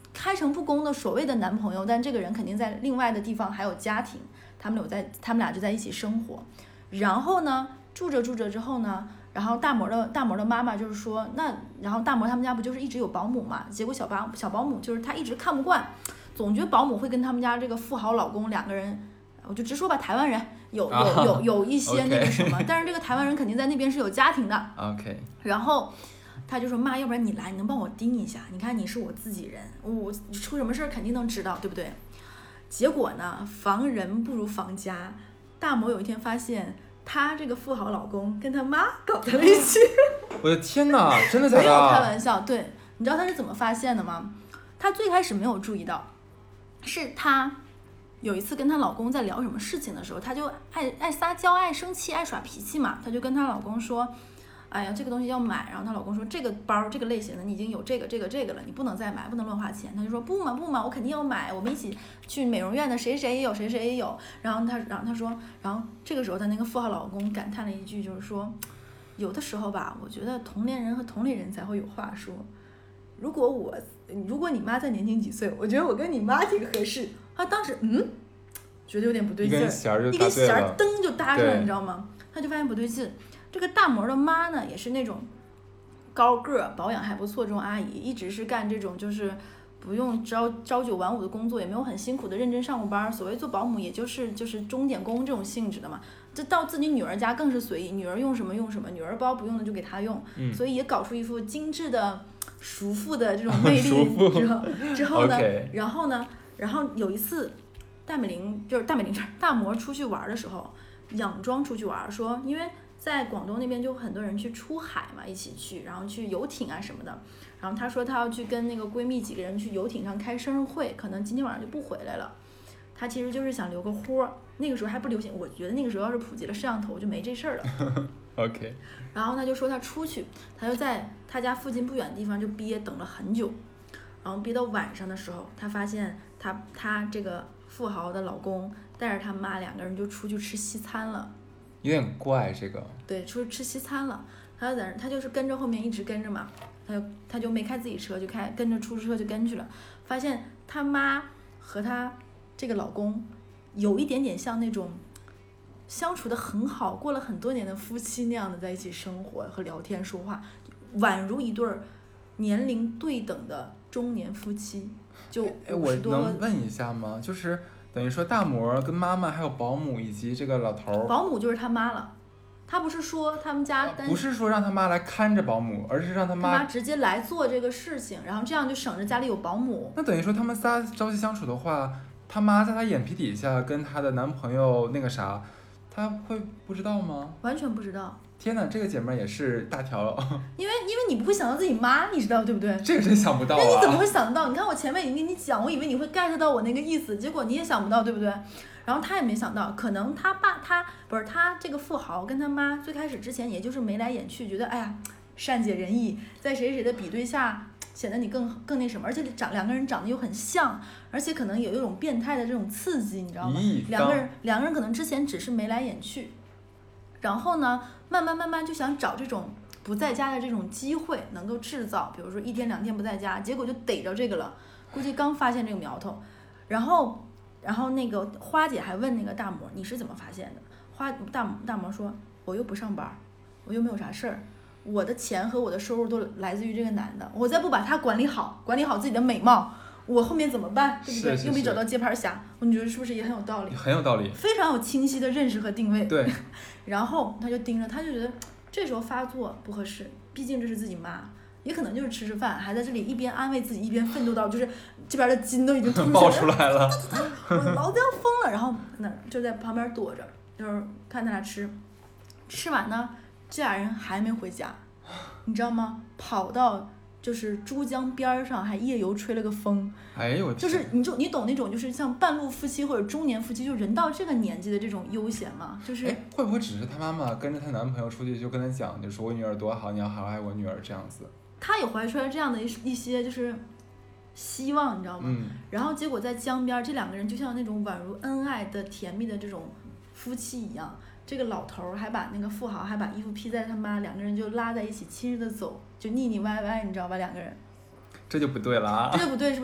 开诚布公的所谓的男朋友，但这个人肯定在另外的地方还有家庭，他们有在，他们俩就在一起生活。然后呢，住着住着之后呢，然后大模的大模的妈妈就是说，那然后大模他们家不就是一直有保姆嘛？结果小保小保姆就是她一直看不惯，总觉得保姆会跟他们家这个富豪老公两个人，我就直说吧，台湾人有有有有一些那个什么，但是这个台湾人肯定在那边是有家庭的。 OK。 然后他就说妈，要不然你来，你能帮我盯一下？你看你是我自己人，我出什么事儿肯定能知道，对不对？结果呢，防人不如防家。大模有一天发现，他这个富豪老公跟他妈搞在了一起。 我的天哪，真的假的？ 没有开玩笑。对，你知道他是怎么发现的吗？他最开始没有注意到，是他有一次跟她老公在聊什么事情的时候，她就爱爱撒娇、爱生气、爱耍脾气嘛，她就跟她老公说。哎呀，这个东西要买，然后她老公说这个包这个类型的你已经有这个这个这个了，你不能再买，不能乱花钱。她就说不嘛不嘛，我肯定要买，我们一起去美容院的，谁谁也有，谁谁也有。然后她然后她说，然后这个时候她那个富豪老公感叹了一句，就是说，有的时候吧，我觉得同龄人和同龄人才会有话说。如果我如果你妈再年轻几岁，我觉得我跟你妈挺合适。她当时嗯，觉得有点不对劲儿，一根弦儿就搭对了， 噔就搭上了，你知道吗？她就发现不对劲。这个大模的妈呢，也是那种高个儿、保养还不错这种阿姨，一直是干这种就是不用朝朝九晚五的工作，也没有很辛苦的认真上过班。所谓做保姆，也就是就是钟点工这种性质的嘛。这到自己女儿家更是随意，女儿用什么用什么，女儿包不用的就给她用， 嗯、 所以也搞出一副精致的熟妇的这种魅力。之后之后呢， okay. 然后呢，然后有一次，大美玲就是大美玲这大模出去玩的时候，佯装出去玩，说因为。在广东那边就很多人去出海嘛，一起去，然后去游艇啊什么的。然后她说她要去跟那个闺蜜几个人去游艇上开生日会，可能今天晚上就不回来了。她其实就是想留个豁，那个时候还不流行，我觉得那个时候要是普及了摄像头就没这事儿了。 OK。 然后她就说她出去，她就在她家附近不远的地方就憋等了很久，然后憋到晚上的时候，她发现她她这个富豪的老公带着他妈两个人就出去吃西餐了。 有点怪这个， 对，出去吃西餐了，他就在那，他就是跟着后面一直跟着嘛，他就他就没开自己车，就开跟着出租车就跟去了，发现他妈和他这个老公有一点点像那种相处的很好，过了很多年的夫妻那样的在一起生活和聊天说话，宛如一对年龄对等的中年夫妻，就五十多。 我能问一下吗？就是。等于说大模跟妈妈还有保姆以及这个老头， 保姆就是他妈了。他不是说他们家单不是说让他妈来看着保姆，而是让他妈他妈直接来做这个事情，然后这样就省着家里有保姆。 那等于说他们仨朝夕相处的话，他妈在他眼皮底下跟他的男朋友那个啥，他会不知道吗？ 完全不知道。 天哪，这个姐妹也是大条了。 因为因为你不会想到自己妈，你知道对不对？ 这个真想不到啊！ 那你怎么会想到？你看我前面已经跟你讲，我以为你会 get 到我那个意思，结果你也想不到，对不对？然后他也没想到，可能他爸他不是他这个富豪跟他妈最开始之前也就是眉来眼去，觉得哎呀善解人意，在谁谁的比对下显得你更更那什么，而且长两个人长得又很像，而且可能有一种变态的这种刺激，你知道吗？两个人两个人可能之前只是眉来眼去，然后呢慢慢慢慢就想找这种不在家的这种机会，能够制造，比如说一天两天不在家，结果就逮着这个了，估计刚发现这个苗头，然后然后那个花姐还问那个大模你是怎么发现的？花大大模说我又不上班，我又没有啥事儿，我的钱和我的收入都来自于这个男的，我再不把他管理好，管理好自己的美貌，我后面怎么办？对不对？ 是是是又没找到接盘侠，你觉得是不是也很有道理？ 很有道理， 非常有清晰的认识和定位。 对。 然后他就盯着，他就觉得这时候发作不合适，毕竟这是自己妈，也可能就是吃吃饭，还在这里一边安慰自己一边奋斗到就是这边的筋都已经凸爆出来了， 我老子要疯了。然后那就在旁边躲着，就是看他俩吃，吃完呢，这俩人还没回家，你知道吗？跑到就是珠江边上，还夜游吹了个风。 哎呦， 就是你就你懂那种就是像半路夫妻或者中年夫妻，就人到这个年纪的这种悠闲吗？就是会不会只是她妈妈跟着她男朋友出去，就跟她讲，就说我女儿多好，你要好好爱我女儿这样子。 她也怀出来这样的一一些就是希望，你知道吗？ 嗯。 然后结果在江边，这两个人就像那种宛如恩爱的甜蜜的这种夫妻一样。这个老头还把那个富豪还把衣服披在他妈，两个人就拉在一起亲着的走，就腻腻歪歪，你知道吧？两个人。 这就不对了啊！ 这就不对，是不是就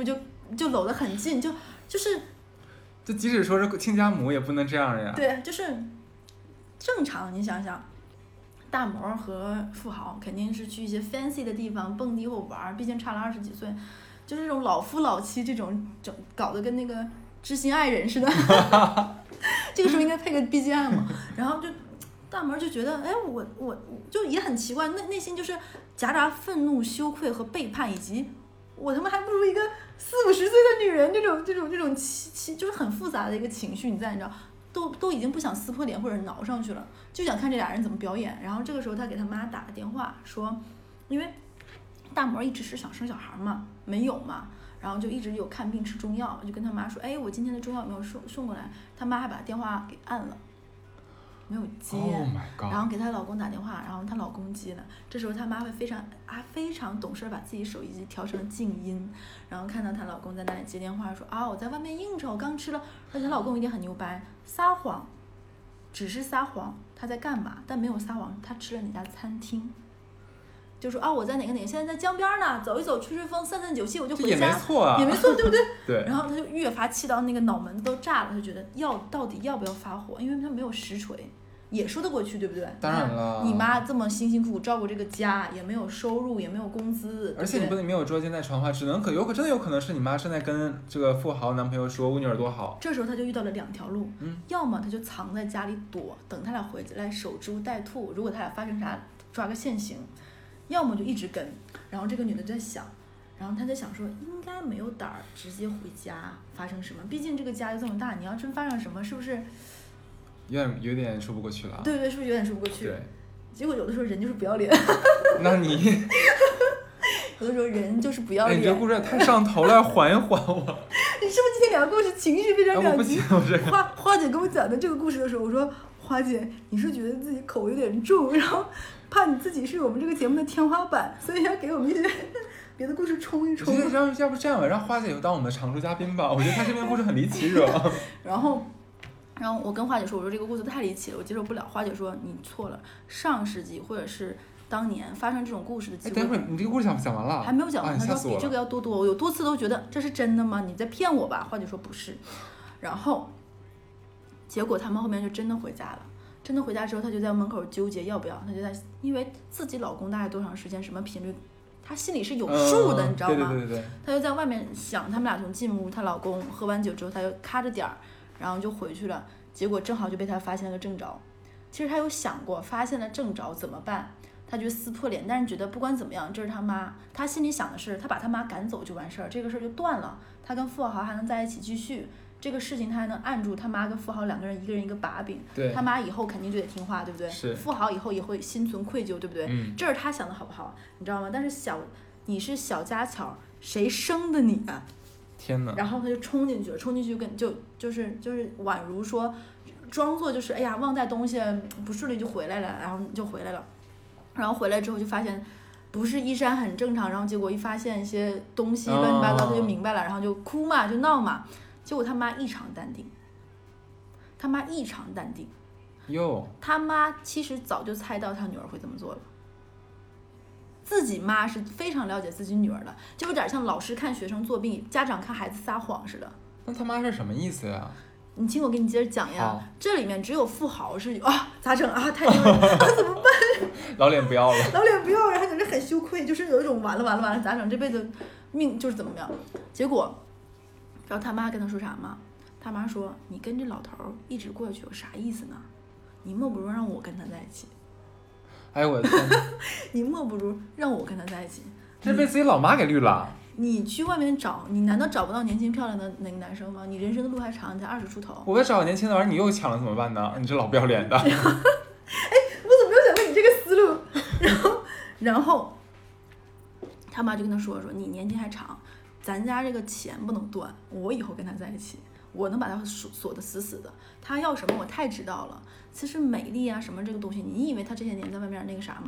就搂得很近，就就是就即使说是亲家母也不能这样呀。 对，就是正常，你想想。大魔和富豪肯定是去一些 fancy 的地方蹦迪或玩，毕竟差了二十几岁，就是这种老夫老妻这种整搞得跟那个知心爱人似的。这个时候应该配个 B G M， 然后就大魔就觉得，哎，我我就也很奇怪，内内心就是夹杂愤怒、羞愧和背叛，以及我他妈还不如一个四五十岁的女人，这种这种这种其其就是很复杂的一个情绪，你在你知道。都都已经不想撕破脸或者挠上去了，就想看这俩人怎么表演。然后这个时候他给他妈打个电话说，因为大魔一直是想生小孩嘛，没有嘛，然后就一直有看病吃中药，就跟他妈说，哎，我今天的中药有没有送送过来？他妈还把电话给按了，没有接， oh my God， 然后给她老公打电话，然后她老公接了。这时候她妈会非常啊非常懂事，把自己手机调成静音，然后看到她老公在那里接电话说啊我在外面应酬，刚吃了，而且她老公一定很牛掰，撒谎，只是撒谎，他在干嘛？但没有撒谎，他吃了哪家餐厅。就说啊，我在哪个哪个，现在在江边呢，走一走，吹吹风，散散酒气，我就回家。 也没错啊， 也没错，对不对？ 对。 然后他就越发气到那个脑门子都炸了，他就觉得要到底要不要发火？因为他没有实锤，也说得过去，对不对？ 当然了。 你妈这么辛辛苦苦照顾这个家，也没有收入，也没有工资， 而且你不能没有捉奸在床的话，只能可有可真的有可能是你妈正在跟这个富豪男朋友说我女儿多好。 这时候他就遇到了两条路， 嗯， 要么他就藏在家里躲，等他俩回来守株待兔，如果他俩发生啥，抓个现行。要么就一直跟，然后这个女的就在想，然后她在想说，应该没有胆儿直接回家发生什么，毕竟这个家又这么大，你要真发生什么，是不是？ 有点有点说不过去了。 对对，是不是有点说不过去？ 对。 结果有的时候人就是不要脸。 那你？ 有的时候人就是不要脸。 哎，你这故事太上头了，缓一缓我。 你是不是今天两个故事情绪非常两极？ 哎、我不行，我花花姐跟我讲的这个故事的时候，我说花姐，你是觉得自己口有点重，然后。怕你自己是我们这个节目的天花板，所以要给我们一些别的故事冲一冲。 我觉得要要不这样吧，让花姐以后当我们的常驻嘉宾吧。我觉得她这边故事很离奇惹。 然后，然后我跟花姐说，我说这个故事太离奇了，我接受不了。花姐说你错了，上世纪或者是当年发生这种故事的机会。 哎，等会儿你这个故事讲讲完了？ 还没有讲完。 啊、 她说比这个要多多。我有多次都觉得这是真的吗？你在骗我吧？花姐说不是。然后，结果他们后面就真的回家了。真的回家之后，她就在门口纠结要不要，她就在，因为自己老公大概多长时间、什么频率，她心里是有数的， 嗯、 你知道吗？ 对对对对。 她就在外面想，他们俩从进屋，她老公喝完酒之后，她就咔着点儿，然后就回去了。结果正好就被她发现了正着。其实她有想过，发现了正着怎么办？她就撕破脸，但是觉得不管怎么样，这是她妈。她心里想的是，她把她妈赶走就完事儿，这个事儿就断了，她跟富豪还能在一起继续。这个事情他还能按住他妈跟富豪两个人一个人一个把柄， 对， 他妈以后肯定就得听话，对不对？ 是。 富豪以后也会心存愧疚，对不对？ 嗯。 这是他想的好不好？你知道吗？但是小你是小家巧，谁生的你啊？ 天哪！ 然后他就冲进去了，冲进去就跟就就是就是宛如说，装作就是哎呀忘带东西不顺利就回来了，然后就回来了，然后回来之后就发现不是衣衫很正常，然后结果一发现一些东西乱七八糟，他就明白了，然后就哭嘛就闹嘛。结果他妈异常淡定，他妈异常淡定， 哟， 他妈其实早就猜到他女儿会这么做了。自己妈是非常了解自己女儿的，就有点像老师看学生作弊，家长看孩子撒谎似的。 那他妈是什么意思呀？ 你听我给你接着讲呀。这里面只有富豪是啊，咋整啊？太丢人了，啊，怎么办？ 老脸不要了， 老脸不要，然后在这很羞愧，就是有一种完了完了完了，咋整？这辈子命就是怎么样？结果。然后他妈跟他说啥吗？他妈说：“你跟这老头一直过去有啥意思呢？你莫不如让我跟他在一起。” 哎我的天！ 你莫不如让我跟他在一起。 这被自己老妈给绿了。 你去外面找，你难道找不到年轻漂亮的那个男生吗？你人生的路还长，你才二十出头。 我要找年轻的玩意，你又抢了怎么办呢？你这老不要脸的。 哎，我怎么没有想过你这个思路？然后，然后，他妈就跟他说说：“你年纪还长。”咱家这个钱不能断，我以后跟他在一起，我能把他锁锁得死死的。他要什么我太知道了。其实美丽啊什么这个东西，你以为他这些年在外面那个啥吗？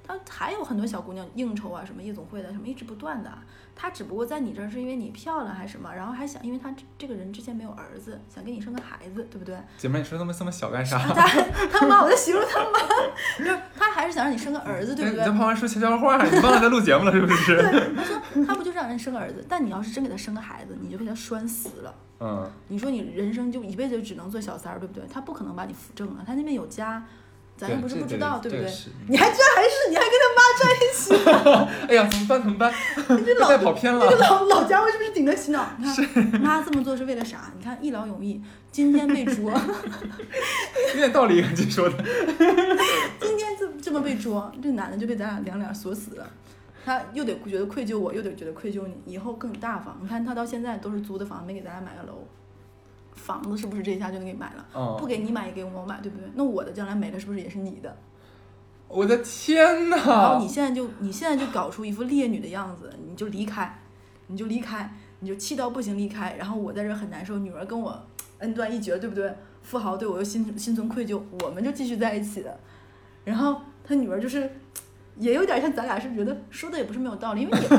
他还有很多小姑娘应酬啊，什么夜总会的什么一直不断的。他只不过在你这儿是因为你漂亮还是什么，然后还想，因为他这个人之前没有儿子，想给你生个孩子，对不对？ 姐妹，你说那么这么小干啥？ 他他妈，我在形容他妈，就是他还是想让你生个儿子，对不对？ 你在旁边说悄悄话，你忘了在录节目了是不是？ 对，他说他不就是让人生个儿子，但你要是真给他生个孩子，你就被他拴死了。 嗯。 你说你人生就一辈子就只能做小三儿，对不对？他不可能把你扶正啊，他那边有家。咱又不是不知道， 对, 对, 对不对? 你还居然还是你还跟他妈在一起？ 哎呀，怎么办？怎么办？这老再跑偏了。 这个老老家伙是不是顶着洗脑？你看妈这么做是为了啥？你看一劳永逸，今天被捉， 有点道理，你说的。 今天这这么被捉，这男的就被咱俩两脸锁死了。他又得觉得愧疚我，又得觉得愧疚你，以后更大方。你看他到现在都是租的房，没给咱俩买个楼。房子是不是这一下就能给买了？ 哦、 不给你买也给我买，对不对？那我的将来没了，是不是也是你的？ 我的天哪！ 然后你现在就你现在就搞出一副烈女的样子，你就离开，你就离开，你就气到不行离开。然后我在这很难受，女儿跟我恩断义绝，对不对？富豪对我又心心存愧疚，我们就继续在一起的。然后他女儿就是也有点像咱俩是觉得说的也不是没有道理，因为你。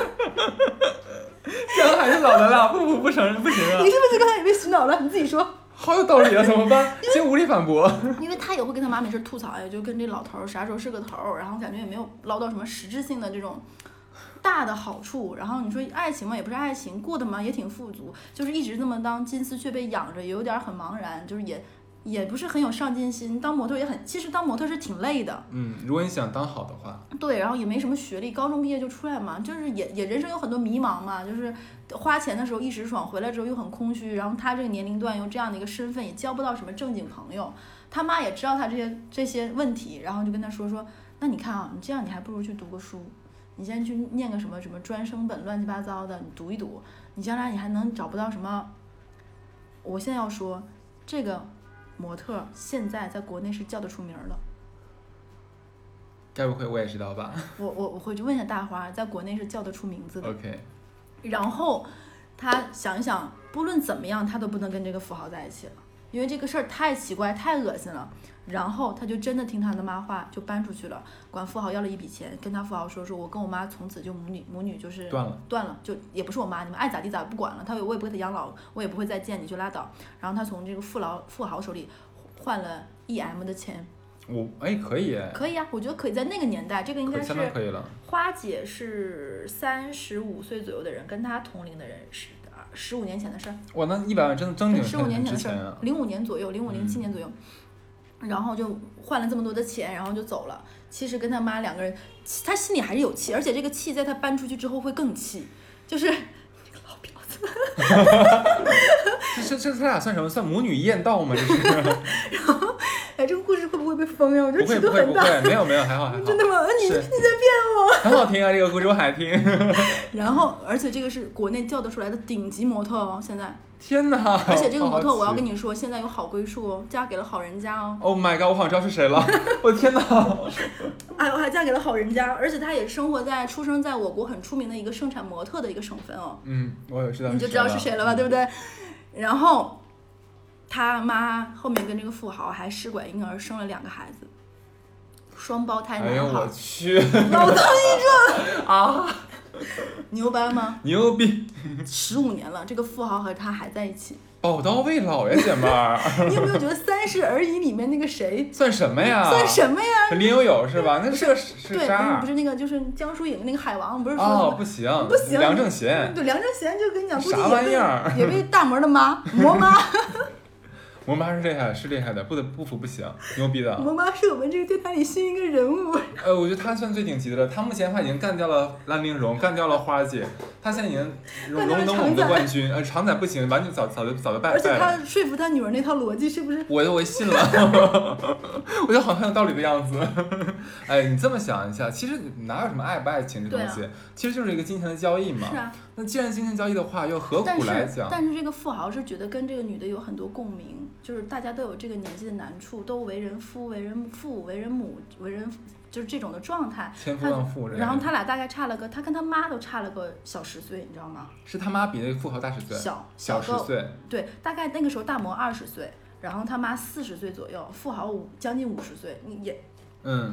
这样还是老的辣，不不不承认不行啊！ 你是不是刚才也被洗脑了？你自己说。 好有道理啊，怎么办？先无力反驳。 因为他也会跟他妈没事吐槽呀，就跟这老头啥时候是个头，然后感觉也没有捞到什么实质性的这种大的好处。然后你说爱情嘛，也不是爱情，过得嘛也挺富足，就是一直这么当金丝雀被养着，也有点很茫然，就是也。也不是很有上进心，当模特也很，其实当模特是挺累的。 嗯，如果你想当好的话。 对，然后也没什么学历，高中毕业就出来嘛，就是也也人生有很多迷茫嘛，就是花钱的时候一时爽，回来之后又很空虚。然后他这个年龄段又这样的一个身份，也交不到什么正经朋友。他妈也知道他这些这些问题，然后就跟他说说，那你看啊，你这样你还不如去读个书，你先去念个什么什么专升本，乱七八糟的，你读一读，你将来你还能找不到什么。我现在要说这个。模特现在在国内是叫得出名的， 该不会我也知道吧？ 我我我回去问一下大花，在国内是叫得出名字的。 OK。 然后他想一想，不论怎么样，他都不能跟这个富豪在一起了，因为这个事儿太奇怪、太恶心了。然后他就真的听他的妈话，就搬出去了，管富豪要了一笔钱，跟他富豪说说，我跟我妈从此就母女母女就是断了， 断了，就也不是我妈，你们爱咋地咋不管了，他我也不会给他养老，我也不会再见你，就拉倒。然后他从这个富劳富豪手里换了 E M 的钱。 我哎可以哎。 可以啊，我觉得可以，在那个年代，这个应该是可以了。 花姐是三十五岁左右的人，跟她同龄的人是十五年前的事儿。 哇，那一百万真的正经十五年前的事儿，啊， 零五年左右，零五零七年左右。嗯，然后就换了这么多的钱，然后就走了。其实跟他妈两个人，他心里还是有气，而且这个气在他搬出去之后会更气，就是这个老婊子。 这这这他俩算什么？算母女艳道吗？这是。 然后，哎，这个故事会不会被封呀？我觉得尺度很大。 不会不会不会，没有没有，还好还好。 真的吗？你你在骗我？ 很好听啊，这个故事我还听。 然后，而且这个是国内叫得出来的顶级模特哦，现在。 天哪！ 而且这个模特，我要跟你说，现在有好归宿哦，嫁给了好人家哦。 Oh my god！ 我好像知道是谁了。我的天哪！ 哎，我还嫁给了好人家，而且她也生活在、出生在我国很出名的一个盛产模特的一个省份哦。 嗯，我也知道。 你就知道是谁了吧，对不对？然后他妈后面跟这个富豪还试管婴儿生了两个孩子，双胞胎男孩。 哎呦我去！ 老当益壮啊！ 牛掰吗？ 牛逼！ 十五年了，这个富豪和他还在一起， 宝刀未老呀，姐妹儿。 你有没有觉得《三十而已》里面那个谁算什么呀？ 算什么呀？ 林有有是吧？那是个是对， 渣。 不是那个，就是江疏影那个海王，不是说哦，不行， 不行， 梁正贤。 对，梁正贤就跟你讲，估计啥玩意儿？ 也被大模的妈模妈。 模妈是厉害，是厉害的，不得不服不行，牛逼的。 模妈是我们这个电台里新一个人物。 呃，我觉得她算最顶级的了。她目前的话已经干掉了兰陵容，干掉了花姐，她现在已经荣荣登我们的冠军。呃，常仔不行，完全早早就早就败败了。 而且他说服他女儿那套逻辑是不是？ 我我信了，我觉得好像有道理的样子。哎，你这么想一下，其实哪有什么爱不爱情这东西，啊、其实就是一个金钱的交易嘛。 是啊。 那既然金钱交易的话，又何苦来讲？ 但是但是这个富豪是觉得跟这个女的有很多共鸣，就是大家都有这个年纪的难处，都为人夫、为人父、为人母、为人就是这种的状态。 千夫万妇。 然后他俩大概差了个，他跟他妈都差了个小十岁，你知道吗？ 是他妈比那个富豪大十岁。 小小十岁。 对，大概那个时候大模二十岁，然后他妈四十岁左右，富豪五将近五十岁，你也。 嗯。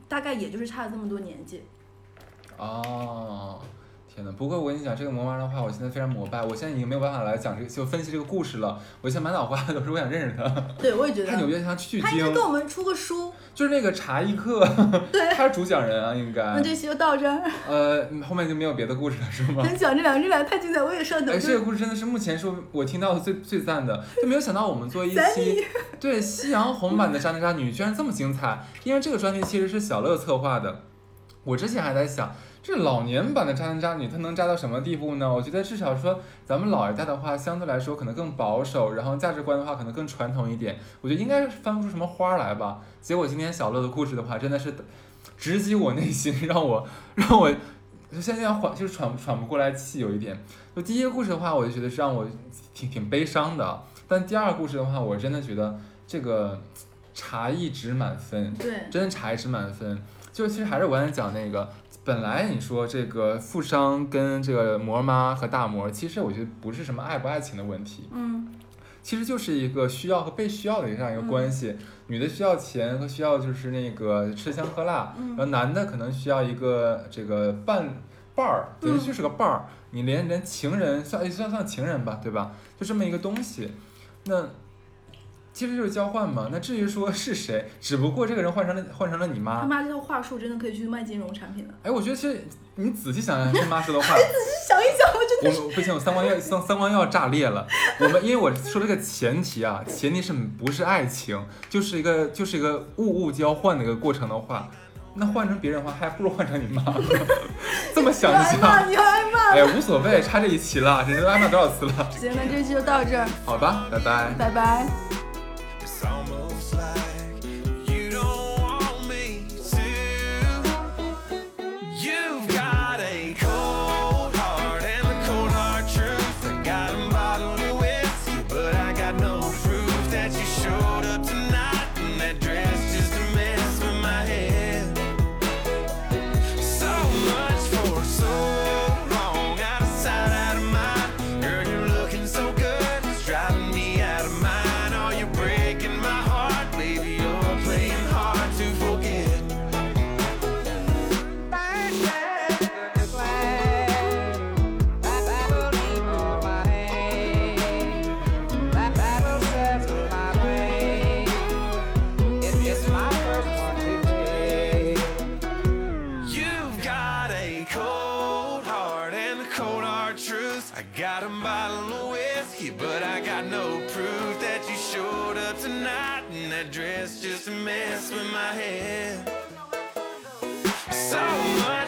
大概也就是差了这么多年纪。 哦，天哪！不过我跟你讲，这个魔妈的话，我现在非常膜拜。我现在已经没有办法来讲这个，就分析这个故事了。我现在满脑花都是我想认识他。 对，我也觉得。 他纽约他去他应该跟我们出个书。 就是那个茶艺课， 对， 他是主讲人啊，应该。 那这期就到这儿。 呃，后面就没有别的故事了，是吗？ 能讲这两个，这两个太精彩，我也上头。 哎，这个故事真的是目前是我听到的最最赞的，就没有想到我们做一期对夕阳红版的渣男渣女居然这么精彩，因为这个专题其实是小乐策划的。我之前还在想，这老年版的渣男渣女，它能渣到什么地步呢？我觉得至少说，咱们老一代的话，相对来说可能更保守，然后价值观的话可能更传统一点。我觉得应该翻不出什么花来吧。结果今天小乐的故事的话，真的是直击我内心，让我让我现在缓就是喘喘不过来气，有一点。就第一个故事的话，我就觉得是让我挺挺悲伤的，但第二个故事的话，我真的觉得这个茶艺值满分， 对， 真的茶艺值满分。就其实还是我刚才讲那个，本来你说这个富商跟这个模妈和大模，其实我觉得不是什么爱不爱情的问题， 嗯， 其实就是一个需要和被需要的这样一个关系。嗯、女的需要钱和需要就是那个吃香喝辣， 嗯、 然后男的可能需要一个这个伴伴儿，等于就是个伴儿。嗯、你连连情人算算算情人吧，对吧？就这么一个东西，那。其实就是交换嘛，那至于说是谁，只不过这个人换成了换成了你妈。 他妈这套话术真的可以去卖金融产品了。 哎，我觉得其实你仔细想想他妈说的话， 仔细想一想，我真的我不行，我三观要三三观要炸裂了。我们因为我说这个前提啊，前提是不是爱情，就是一个就是一个物物交换的一个过程的话，那换成别人的话，还不如换成你妈。这么想一想， 你要挨骂，你要挨骂。 哎呀，无所谓，差这一期了，人都挨骂多少次了？ 行，那这期就到这儿。 好吧，拜拜。 拜拜。 Got a bottle of whiskey, but I got no proof that you showed up tonight. And that dress just a mess with my head. So much